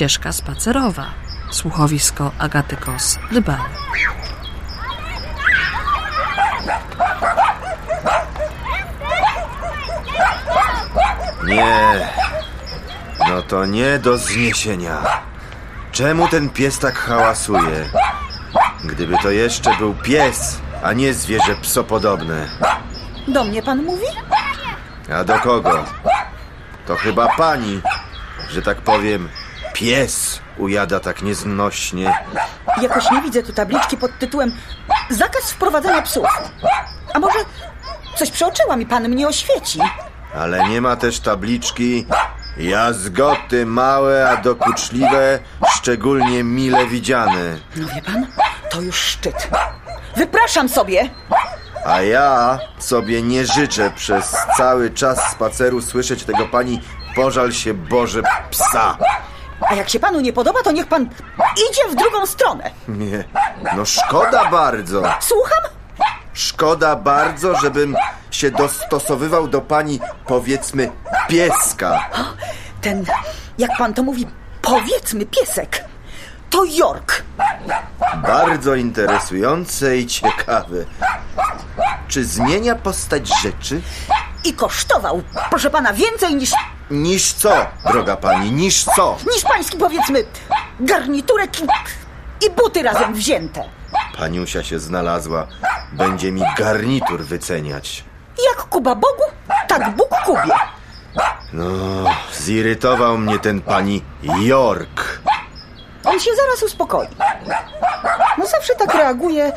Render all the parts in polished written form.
ścieżka spacerowa. Słuchowisko Agaty Kos dbały. Nie, no to nie do zniesienia. Czemu ten pies tak hałasuje? Gdyby to jeszcze był pies, a nie zwierzę psopodobne. Do mnie pan mówi? A do kogo? To chyba pani, że tak powiem, pies ujada tak nieznośnie. Jakoś nie widzę tu tabliczki pod tytułem zakaz wprowadzania psów. A może coś przeoczyłam i pan mnie oświeci? Ale nie ma też tabliczki jazgoty małe, a dokuczliwe, szczególnie mile widziane. No wie pan, to już szczyt. Wypraszam sobie! A ja sobie nie życzę przez cały czas spaceru słyszeć tego pani pożal się Boże psa. A jak się panu nie podoba, to niech pan idzie w drugą stronę. Nie, no szkoda bardzo. Słucham? Szkoda bardzo, żebym się dostosowywał do pani, powiedzmy, pieska. Ten, jak pan to mówi, powiedzmy piesek, to York. Bardzo interesujące i ciekawe. Czy zmienia postać rzeczy? I kosztował, proszę pana, więcej niż... Niż co, droga pani, niż co? Niż pański, powiedzmy, garniturek i buty razem wzięte. Paniusia się znalazła. Będzie mi garnitur wyceniać. Jak Kuba Bogu, tak Bóg Kubie. No, zirytował mnie ten pani York. On się zaraz uspokoi. No zawsze tak reaguje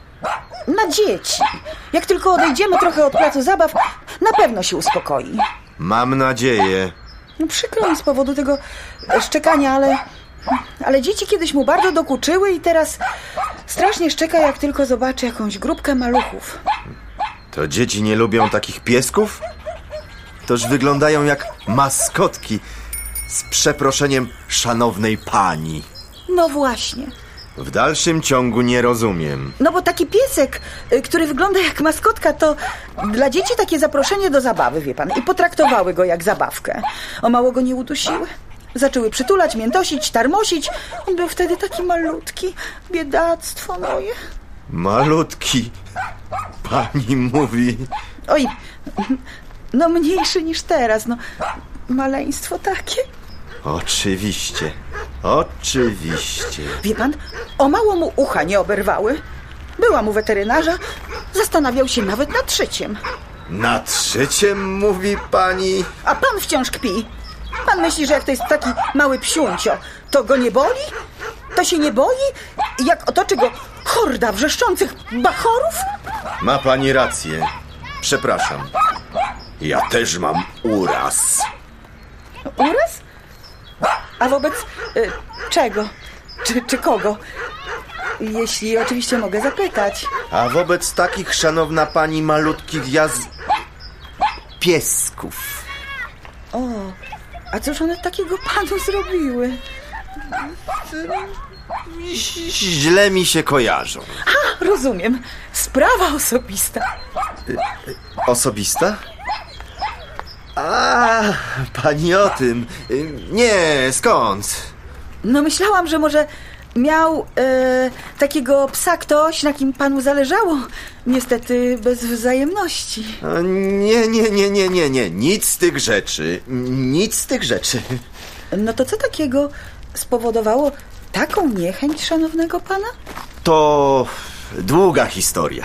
na dzieci. Jak tylko odejdziemy trochę od placu zabaw, na pewno się uspokoi. Mam nadzieję. No przykro mi z powodu tego szczekania, ale dzieci kiedyś mu bardzo dokuczyły i teraz strasznie szczeka, jak tylko zobaczy jakąś grupkę maluchów. To dzieci nie lubią takich piesków? Toż wyglądają jak maskotki, z przeproszeniem szanownej pani. No właśnie. W dalszym ciągu nie rozumiem. No bo taki piesek, który wygląda jak maskotka, to dla dzieci takie zaproszenie do zabawy, wie pan. I potraktowały go jak zabawkę. O mało go nie udusiły. Zaczęły przytulać, miętosić, tarmosić. On był wtedy taki malutki. Biedactwo moje. Malutki, pani mówi. Oj, no mniejszy niż teraz, no. Maleństwo takie. Oczywiście, oczywiście. Wie pan, o mało mu ucha nie oberwały. Byłam u weterynarza, zastanawiał się nawet nad szyciem. Nad szyciem mówi pani? A pan wciąż kpi. Pan myśli, że jak to jest taki mały psiuncio, to go nie boli? To się nie boi? Jak otoczy go horda wrzeszczących bachorów? Ma pani rację. Przepraszam. Ja też mam uraz. Uraz? A wobec czego? Czy kogo? Jeśli oczywiście mogę zapytać. A wobec takich, szanowna pani, malutkich piesków. O, a cóż one takiego panu zrobiły? Źle mi się kojarzą. A, rozumiem. Sprawa osobista. Osobista? A, pani o tym. Nie, skąd? No myślałam, że może miał takiego psa ktoś, na kim panu zależało. Niestety bez wzajemności. Nie. Nic z tych rzeczy. Nic z tych rzeczy. No to co takiego spowodowało taką niechęć szanownego pana? To długa historia.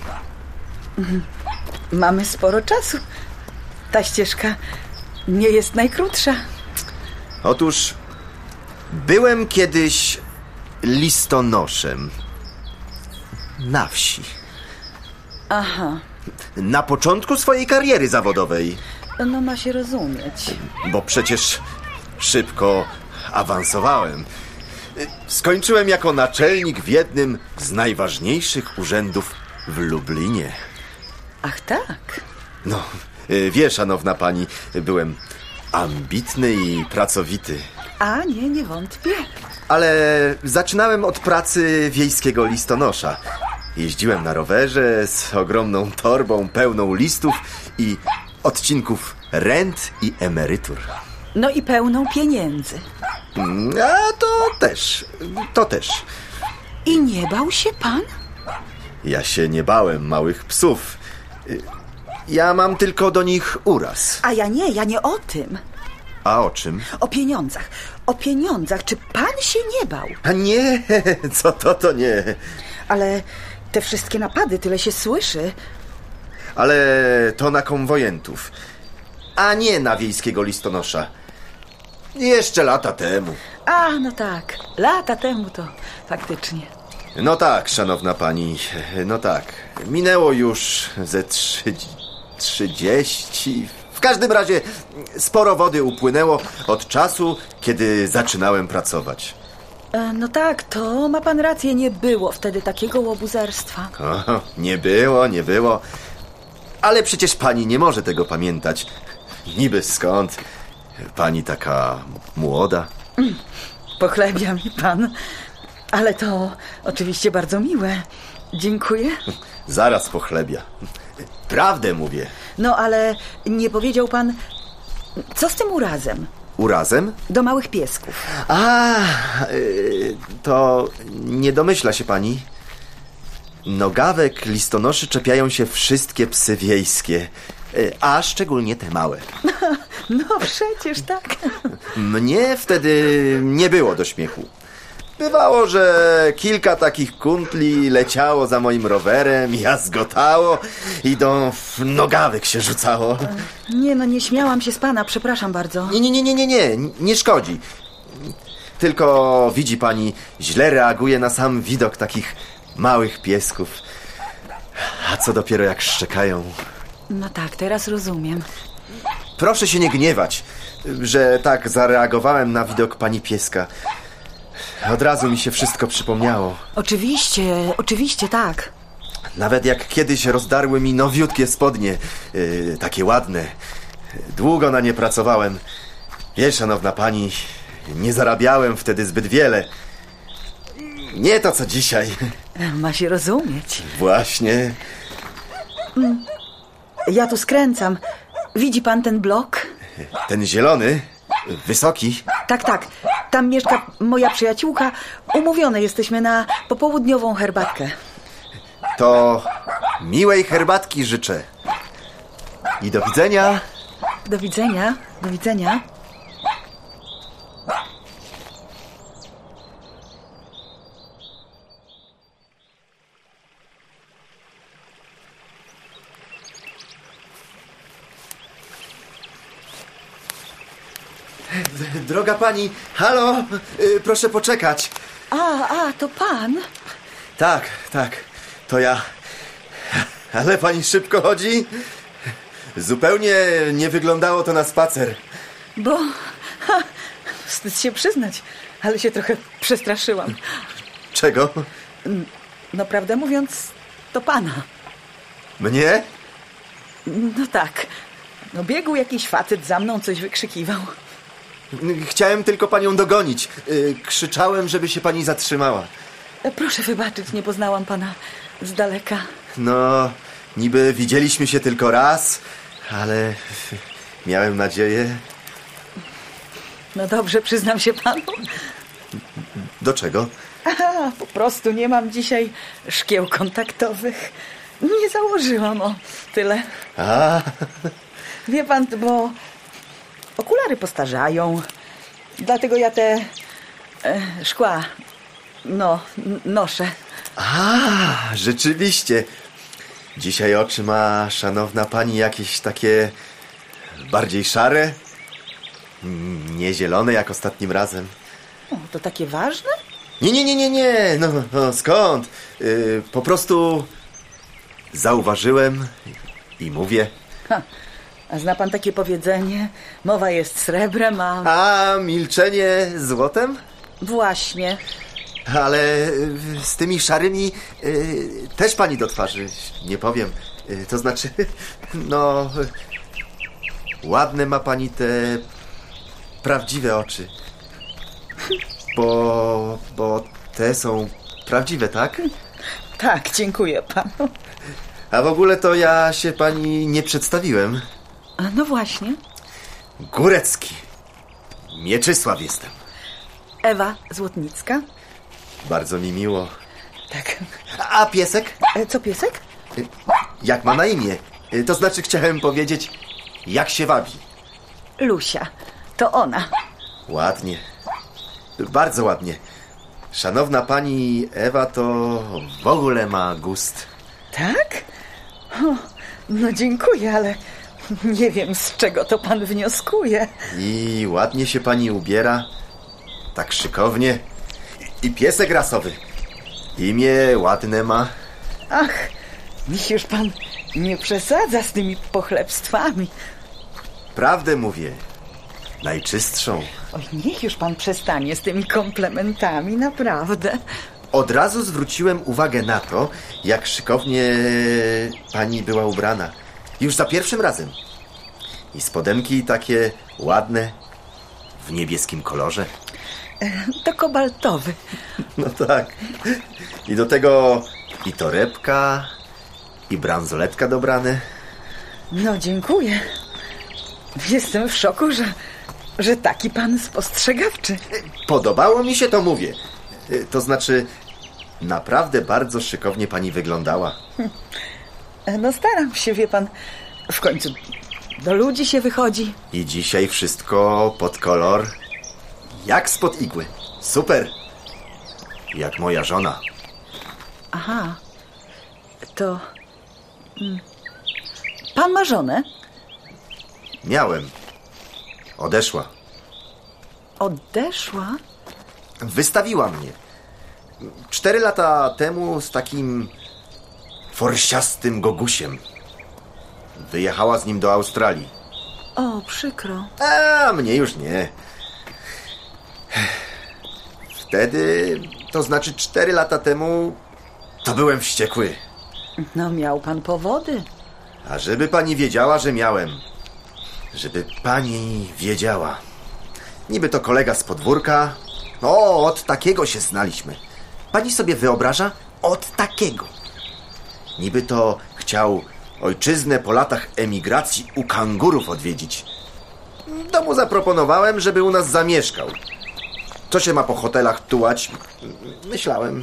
Mamy sporo czasu. Ta ścieżka nie jest najkrótsza. Otóż byłem kiedyś listonoszem na wsi. Aha. Na początku swojej kariery zawodowej. No ma się rozumieć. Bo przecież szybko awansowałem. Skończyłem jako naczelnik w jednym z najważniejszych urzędów w Lublinie. Ach tak? No, wie, szanowna pani, byłem ambitny i pracowity. A nie wątpię. Ale zaczynałem od pracy wiejskiego listonosza. Jeździłem na rowerze z ogromną torbą pełną listów i odcinków rent i emerytur. No i pełną pieniędzy. A to też. I nie bał się pan? Ja się nie bałem małych psów. Ja mam tylko do nich uraz. A ja nie o tym. A o czym? O pieniądzach. O pieniądzach. Czy pan się nie bał? A nie, co to nie. Ale te wszystkie napady, tyle się słyszy. Ale to na konwojentów, a nie na wiejskiego listonosza. Jeszcze lata temu. A, no tak. Lata temu to faktycznie. No tak, szanowna pani, no tak. Minęło już ze 30. W każdym razie sporo wody upłynęło od czasu, kiedy zaczynałem pracować. No tak, to ma pan rację, nie było wtedy takiego łobuzerstwa. O, nie było. Ale przecież pani nie może tego pamiętać. Niby skąd? Pani taka młoda. Pochlebia mi pan. Ale to oczywiście bardzo miłe. Dziękuję. Zaraz pochlebia. Prawdę mówię. No ale nie powiedział pan, co z tym urazem? Urazem? Do małych piesków. To nie domyśla się pani. Nogawek listonoszy czepiają się wszystkie psy wiejskie, a szczególnie te małe. No przecież tak. Mnie wtedy nie było do śmiechu. Bywało, że kilka takich kumpli leciało za moim rowerem, jazgotało i do nogawek się rzucało. Nie śmiałam się z pana, przepraszam bardzo. Nie szkodzi. Tylko widzi pani, źle reaguje na sam widok takich małych piesków. A co dopiero jak szczekają. No tak, teraz rozumiem. Proszę się nie gniewać, że tak zareagowałem na widok pani pieska. Od razu mi się wszystko przypomniało. Oczywiście tak. Nawet jak kiedyś rozdarły mi nowiutkie spodnie, takie ładne. Długo na nie pracowałem. Wie, szanowna pani, nie zarabiałem wtedy zbyt wiele. Nie to, co dzisiaj. Ma się rozumieć. Właśnie. Ja tu skręcam. Widzi pan ten blok? Ten zielony, wysoki. Tak. Tam mieszka moja przyjaciółka. Umówione jesteśmy na popołudniową herbatkę. To miłej herbatki życzę. I do widzenia. Do widzenia. Droga pani, halo, proszę poczekać. To pan? Tak, to ja. Ale pani szybko chodzi? Zupełnie nie wyglądało to na spacer. Bo... wstyd się przyznać, ale się trochę przestraszyłam. Czego? No prawdę mówiąc, to pana. Mnie? No tak. No biegł jakiś facet za mną, coś wykrzykiwał. Chciałem tylko panią dogonić. Krzyczałem, żeby się pani zatrzymała. Proszę wybaczyć, nie poznałam pana z daleka. No, niby widzieliśmy się tylko raz, ale miałem nadzieję. No dobrze, przyznam się panu. Do czego? Po prostu nie mam dzisiaj szkieł kontaktowych. Nie założyłam, tyle. Wie pan, bo okulary postarzają. Dlatego ja te szkła, noszę. Rzeczywiście. Dzisiaj oczy ma szanowna pani jakieś takie bardziej szare? Nie zielone jak ostatnim razem. To takie ważne? Nie. No skąd? Po prostu zauważyłem i mówię. A zna pan takie powiedzenie? Mowa jest srebrem, A milczenie złotem? Właśnie. Ale z tymi szarymi też pani do twarzy nie powiem. To znaczy, ładne ma pani te prawdziwe oczy. Bo te są prawdziwe, tak? Tak, dziękuję panu. A w ogóle to ja się pani nie przedstawiłem. No właśnie. Górecki. Mieczysław jestem. Ewa Złotnicka. Bardzo mi miło. Tak. A piesek? Co, piesek? Jak ma na imię? To znaczy chciałem powiedzieć, jak się wabi. Lusia. To ona. Ładnie. Bardzo ładnie. Szanowna pani Ewa to w ogóle ma gust. Tak? O, no dziękuję, ale nie wiem, z czego to pan wnioskuje. I ładnie się pani ubiera. Tak szykownie. I piesek rasowy. Imię ładne ma. Ach, niech już pan nie przesadza z tymi pochlebstwami. Prawdę mówię. Najczystszą. Oj, niech już pan przestanie z tymi komplementami, naprawdę. Od razu zwróciłem uwagę na to, jak szykownie pani była ubrana. Już za pierwszym razem. I spodenki takie ładne, w niebieskim kolorze. To kobaltowy. No tak. I do tego i torebka, i bransoletka dobrane. No dziękuję. Jestem w szoku, że taki pan spostrzegawczy. Podobało mi się, to mówię. To znaczy, naprawdę bardzo szykownie pani wyglądała. No staram się, wie pan. W końcu do ludzi się wychodzi. I dzisiaj wszystko pod kolor. Jak spod igły. Super. Jak moja żona. Aha. To... Pan ma żonę? Miałem. Odeszła. Odeszła? Wystawiła mnie. 4 lata temu z takim forsiastym gogusiem. Wyjechała z nim do Australii. O, przykro. A mnie już nie. Wtedy, to znaczy 4 lata temu, to byłem wściekły. No miał pan powody. A żeby pani wiedziała, że miałem. Żeby pani wiedziała. Niby to kolega z podwórka. O, od takiego się znaliśmy. Pani sobie wyobraża? Od takiego. Niby to chciał ojczyznę po latach emigracji u kangurów odwiedzić. To mu zaproponowałem, żeby u nas zamieszkał. Co się ma po hotelach tułać? Myślałem.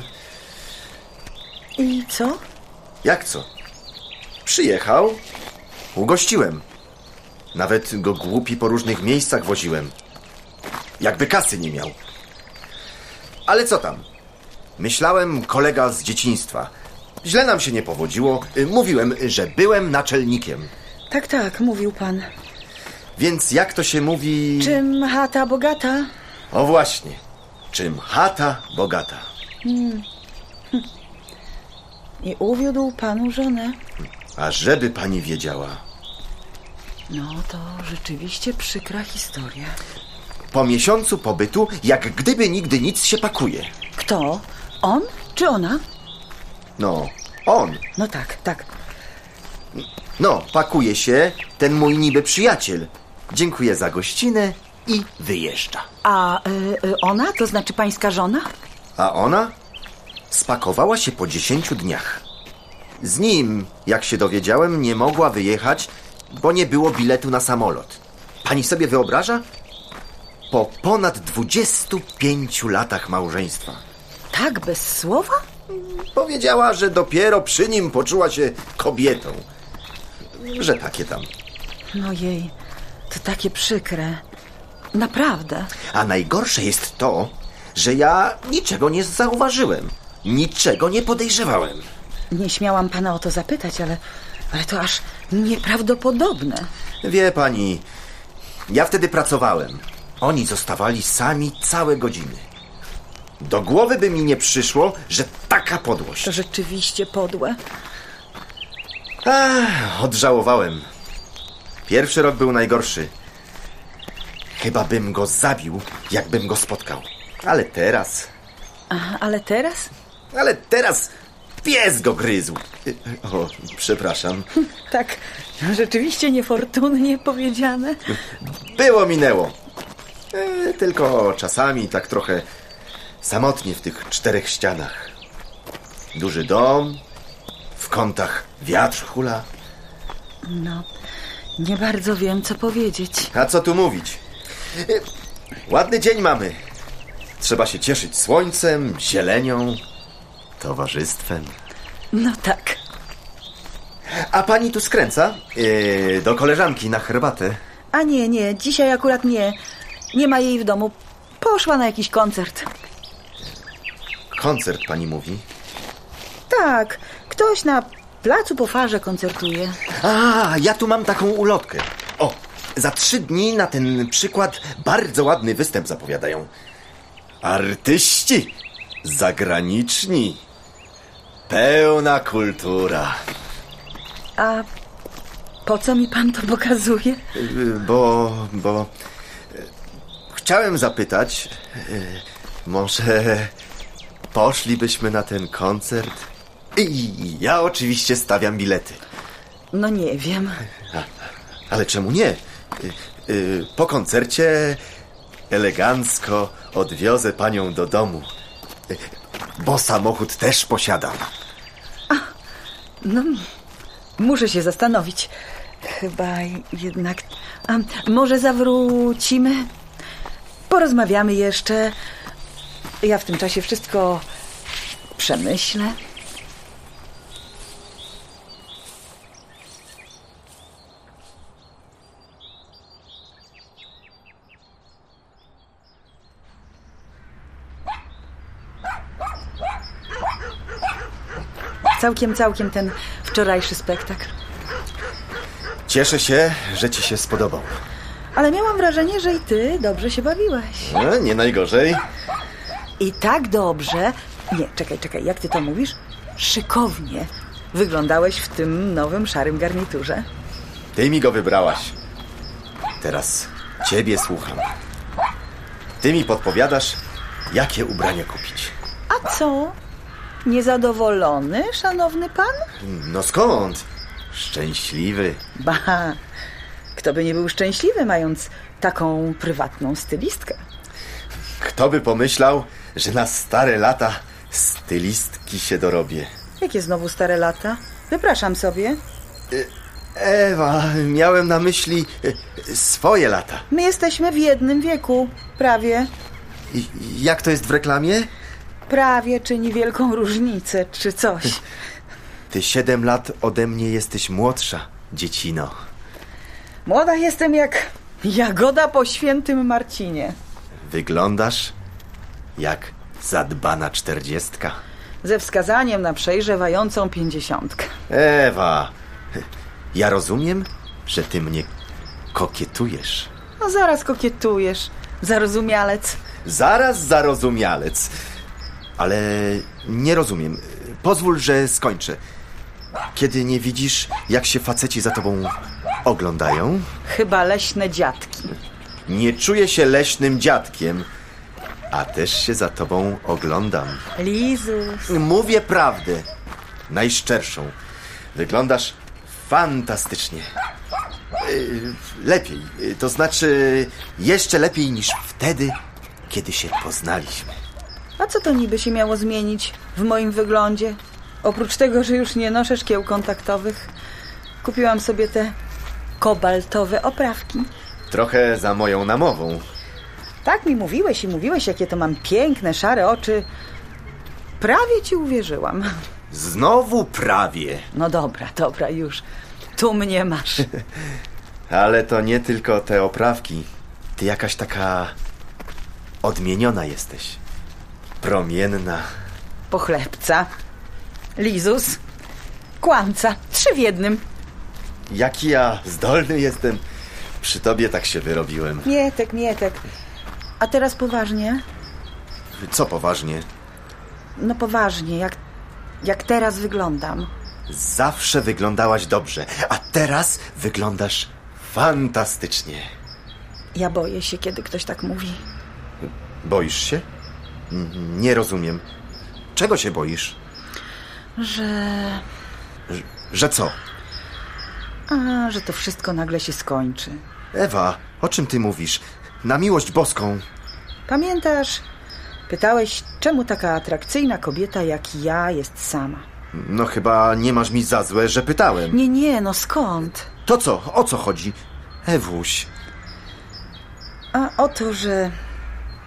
I co? Jak co? Przyjechał, ugościłem. Nawet go głupi po różnych miejscach woziłem. Jakby kasy nie miał. Ale co tam? Myślałem, kolega z dzieciństwa. Źle nam się nie powodziło. Mówiłem, że byłem naczelnikiem. Tak, tak, mówił pan. Więc jak to się mówi... Czym chata bogata? O właśnie. Czym chata bogata. I uwiódł panu żonę. A żeby pani wiedziała... No to rzeczywiście przykra historia. Po miesiącu pobytu, jak gdyby nigdy nic, się pakuje. Kto? On czy ona? No, on. No tak, tak. No, pakuje się ten mój niby przyjaciel. Dziękuję za gościnę i wyjeżdża. A ona, to znaczy pańska żona? A ona spakowała się po 10 dniach. Z nim, jak się dowiedziałem, nie mogła wyjechać, bo nie było biletu na samolot. Pani sobie wyobraża? Po ponad 25 latach małżeństwa. Tak, bez słowa? Powiedziała, że dopiero przy nim poczuła się kobietą. Że takie tam. No jej, to takie przykre. Naprawdę. A najgorsze jest to, że ja niczego nie zauważyłem. Niczego nie podejrzewałem. Nie śmiałam pana o to zapytać, ale to aż nieprawdopodobne. Wie pani, ja wtedy pracowałem. Oni zostawali sami całe godziny. Do głowy by mi nie przyszło, że taka podłość. To rzeczywiście podłe. Odżałowałem. Pierwszy rok był najgorszy. Chyba bym go zabił, jakbym go spotkał. Ale teraz... Ale teraz pies go gryzł. O, przepraszam. Tak, rzeczywiście niefortunnie powiedziane. Było, minęło. Tylko czasami tak trochę samotnie w tych 4 ścianach. Duży dom, w kątach wiatr hula. No, nie bardzo wiem, co powiedzieć. A co tu mówić? Ładny dzień mamy. Trzeba się cieszyć słońcem, zielenią, towarzystwem. No tak. A pani tu skręca? Do koleżanki na herbatę. A nie, dzisiaj akurat nie. Nie ma jej w domu. Poszła na jakiś koncert. Koncert, pani mówi? Tak, ktoś na placu po farze koncertuje. A, ja tu mam taką ulotkę. O, za 3 dni na ten przykład bardzo ładny występ zapowiadają. Artyści zagraniczni. Pełna kultura. A po co mi pan to pokazuje? Bo chciałem zapytać, może poszlibyśmy na ten koncert? I ja oczywiście stawiam bilety. No nie wiem. Ale czemu nie? Po koncercie elegancko odwiozę panią do domu, bo samochód też posiadam. No, muszę się zastanowić. Chyba jednak... A może zawrócimy? Porozmawiamy jeszcze. Ja w tym czasie wszystko przemyślę. Całkiem ten wczorajszy spektakl. Cieszę się, że ci się spodobał. Ale miałam wrażenie, że i ty dobrze się bawiłeś. Nie najgorzej. I tak dobrze... Nie, czekaj, jak ty to mówisz? Szykownie wyglądałeś w tym nowym szarym garniturze. Ty mi go wybrałaś. Teraz ciebie słucham. Ty mi podpowiadasz, jakie ubranie kupić. A co? Niezadowolony, szanowny pan? No skąd? Szczęśliwy. Ba, kto by nie był szczęśliwy, mając taką prywatną stylistkę? Kto by pomyślał, że na stare lata stylistki się dorobię. Jakie znowu stare lata? Wypraszam sobie. Ewa, miałem na myśli swoje lata. My jesteśmy w jednym wieku, prawie. I jak to jest w reklamie? Prawie czyni wielką różnicę, czy coś. Ty 7 lat ode mnie jesteś młodsza, dziecino. Młoda jestem jak jagoda po świętym Marcinie. Wyglądasz jak zadbana 40. Ze wskazaniem na przejrzewającą 50. Ewa, ja rozumiem, że ty mnie kokietujesz. No zaraz kokietujesz, zarozumialec. Zaraz zarozumialec. Ale nie rozumiem. Pozwól, że skończę. Kiedy nie widzisz, jak się faceci za tobą oglądają? Chyba leśne dziadki. Nie czuję się leśnym dziadkiem, a też się za tobą oglądam. Lizus. Mówię prawdę. Najszczerszą. Wyglądasz fantastycznie. Lepiej. To znaczy jeszcze lepiej niż wtedy, kiedy się poznaliśmy. A co to niby się miało zmienić w moim wyglądzie? Oprócz tego, że już nie noszę szkieł kontaktowych, kupiłam sobie te kobaltowe oprawki. Trochę za moją namową. Tak mi mówiłeś i mówiłeś, jakie to mam piękne, szare oczy. Prawie ci uwierzyłam. Znowu prawie. No dobra, już. Tu mnie masz. Ale to nie tylko te oprawki. Ty jakaś taka odmieniona jesteś. Promienna. Pochlebca, lizus, kłamca. 3 w 1. Jaki ja zdolny jestem. Przy tobie tak się wyrobiłem. Mietek. A teraz poważnie? Co poważnie? No poważnie, jak teraz wyglądam. Zawsze wyglądałaś dobrze, a teraz wyglądasz fantastycznie. Ja boję się, kiedy ktoś tak mówi. Boisz się? Nie rozumiem. Czego się boisz? Że co? Że to wszystko nagle się skończy. Ewa, o czym ty mówisz? Na miłość boską. Pamiętasz, pytałeś, czemu taka atrakcyjna kobieta jak ja jest sama? No chyba nie masz mi za złe, że pytałem. Nie, no skąd? To co? O co chodzi? Ewuś. A o to, że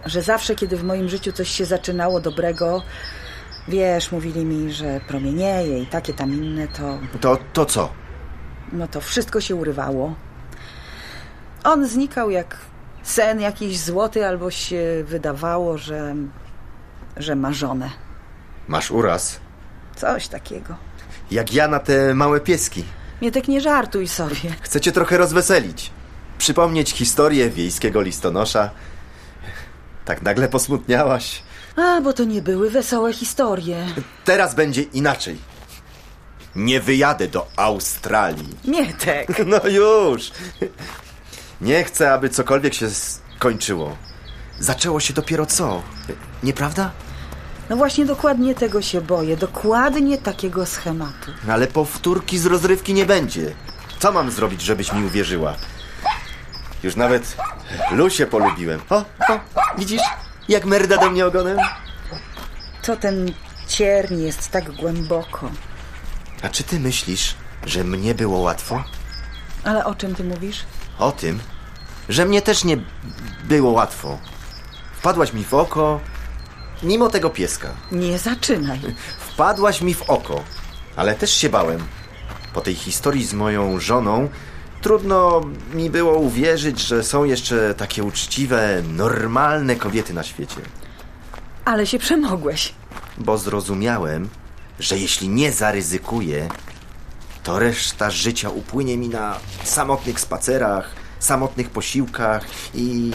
że zawsze, kiedy w moim życiu coś się zaczynało dobrego, wiesz, mówili mi, że promienieje i takie tam inne, To co? no to wszystko się urywało. On znikał jak sen jakiś złoty, albo się wydawało, że ma żonę. Masz uraz? Coś takiego. Jak ja na te małe pieski. Mietek, nie żartuj sobie. Chcę cię trochę rozweselić. Przypomnieć historię wiejskiego listonosza. Tak nagle posmutniałaś. A, bo to nie były wesołe historie. Teraz będzie inaczej. Nie wyjadę do Australii. Mietek. No już. Nie chcę, aby cokolwiek się skończyło. Zaczęło się dopiero co? Nieprawda? No właśnie dokładnie tego się boję. Dokładnie takiego schematu. Ale powtórki z rozrywki nie będzie. Co mam zrobić, żebyś mi uwierzyła? Już nawet Lusię polubiłem. O, widzisz? Jak merda do mnie ogonem? To ten cierń jest tak głęboko. A czy ty myślisz, że mnie było łatwo? Ale o czym ty mówisz? O tym, że mnie też nie było łatwo. Wpadłaś mi w oko, mimo tego pieska. Nie zaczynaj. Wpadłaś mi w oko, ale też się bałem. Po tej historii z moją żoną trudno mi było uwierzyć, że są jeszcze takie uczciwe, normalne kobiety na świecie. Ale się przemogłeś. Bo zrozumiałem, że jeśli nie zaryzykuję, to reszta życia upłynie mi na samotnych spacerach, samotnych posiłkach i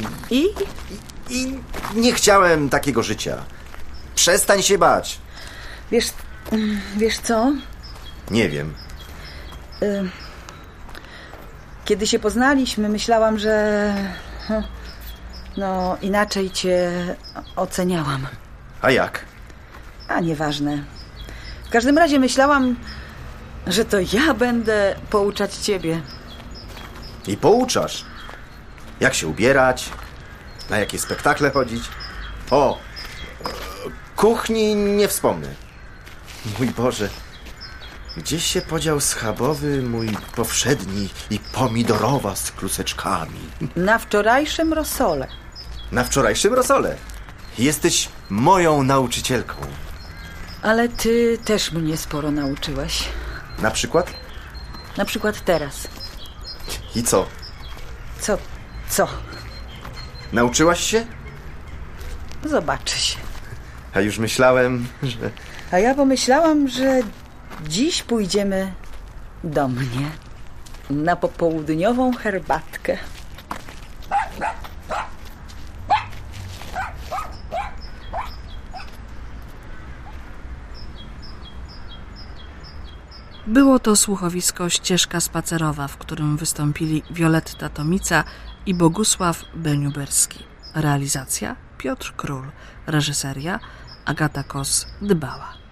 nie chciałem takiego życia. Przestań się bać. Wiesz co? Nie wiem. Kiedy się poznaliśmy, myślałam, że no inaczej cię oceniałam. A jak? A nieważne. W każdym razie myślałam, że to ja będę pouczać ciebie. I pouczasz. Jak się ubierać, na jakie spektakle chodzić. O, kuchni nie wspomnę. Mój Boże, gdzieś się podział schabowy mój powszedni i pomidorowa z kluseczkami. Na wczorajszym rosole. Na wczorajszym rosole. Jesteś moją nauczycielką. Ale ty też mnie sporo nauczyłeś. Na przykład? Na przykład teraz. I co? Co? Nauczyłaś się? Zobaczy się. A już myślałem, że... A ja pomyślałam, że dziś pójdziemy do mnie na popołudniową herbatkę. Było to słuchowisko Ścieżka spacerowa, w którym wystąpili Wioletta Tomica i Bogusław Beniuberski. Realizacja Piotr Król. Reżyseria Agata Kos dbała.